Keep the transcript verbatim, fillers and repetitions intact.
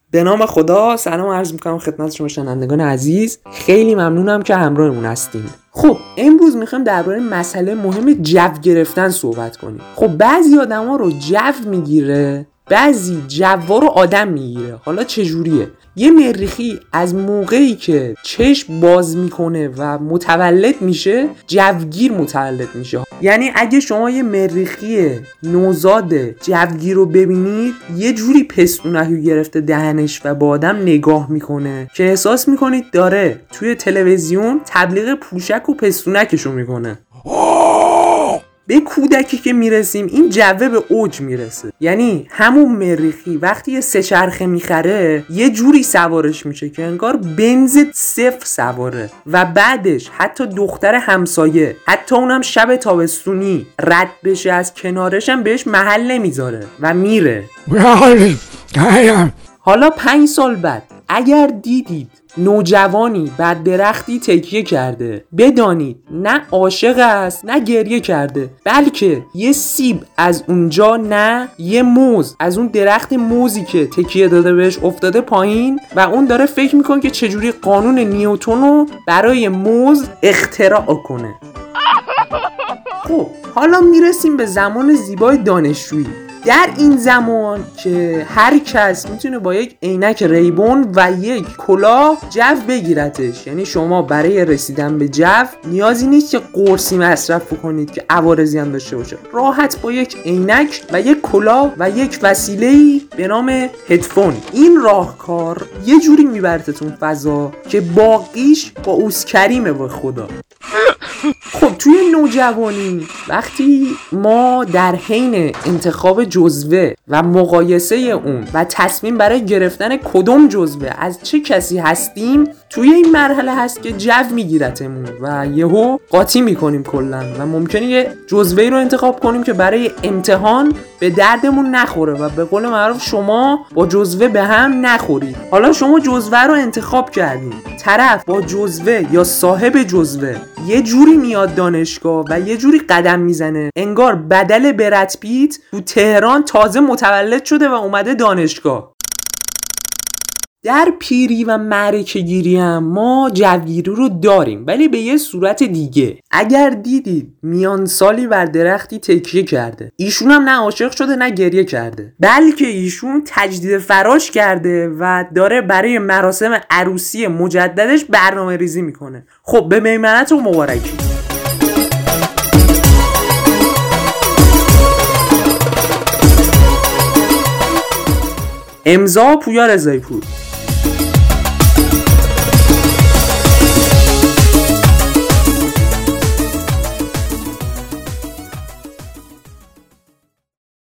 به نام خدا سلام عرض میکنم خدمت شما شنوندگان عزیز. خیلی ممنونم که همراهمون هستین. خب امروز میخوایم درباره مسئله مهم جو گرفتن صحبت کنیم. خب بعضی آدما رو جو میگیره، بعضی جوا رو آدم میگیره. حالا چجوریه؟ یه مریخی از موقعی که چشم باز میکنه و متولد میشه جوگیر متولد میشه. یعنی اگه شما یه مریخی نوزاد جوگیر رو ببینید یه جوری پستونک گرفته دهنش و با آدم نگاه میکنه که احساس میکنید داره توی تلویزیون تبلیغ پوشک و پستونکشو میکنه. به کودکی که میرسیم این جوه به اوج میرسه. یعنی همون مریخی وقتی یه سه چرخه میخره یه جوری سوارش میشه که انگار بنز صفر سواره و بعدش حتی دختر همسایه، حتی اونم شب تابستونی رد بشه از کنارش هم بهش محل نمیذاره و میره. حالا پنج سال بعد اگر دیدید نوجوانی بر درختی تکیه کرده، بدانید نه عاشق است نه گریه کرده، بلکه یه سیب از اونجا، نه یه موز از اون درخت موزی که تکیه داده بهش افتاده پایین و اون داره فکر میکنه که چجوری قانون نیوتن رو برای موز اختراع کنه. خب حالا میرسیم به زمان زیبای دانشجویی. در این زمان که هر کس میتونه با یک عینک ریبون و یک کلاه جو بگیرتش، یعنی شما برای رسیدن به جو نیازی نیست که قرصی مصرف کنید که عوارضی هم داشته باشه. راحت با یک عینک و یک کلاه و یک وسیله‌ای به نام هدفون این راهکار یه جوری میبرتتون فضا که باقیش با اوس کریمه به خدا. خب توی نوجوانی وقتی ما در حین انتخاب جزوه و مقایسه اون و تصمیم برای گرفتن کدوم جزوه از چه کسی هستیم، توی این مرحله هست که جو میگیرتمون و یهو قاطی میکنیم کلا و ممکنه یه جزوه رو انتخاب کنیم که برای امتحان به دردمون نخوره و به قول معروف شما با جزوه به هم نخورید. حالا شما جزوه رو انتخاب کردید، طرف با جزوه یا صاحب جزوه یه جوری میاد دانشگاه و یه جوری قدم میزنه انگار بدل برد پیت تو تهران تازه متولد شده و اومده دانشگاه. در پیری و معرکه گیری هم ما جوگیری رو داریم، ولی به یه صورت دیگه. اگر دیدید میان سالی بر درختی تکیه کرده، ایشون هم نه عاشق شده نه گریه کرده، بلکه ایشون تجدید فراش کرده و داره برای مراسم عروسی مجددش برنامه ریزی میکنه. خب به میمنت و مبارکی. امضا پویا رضایی پور.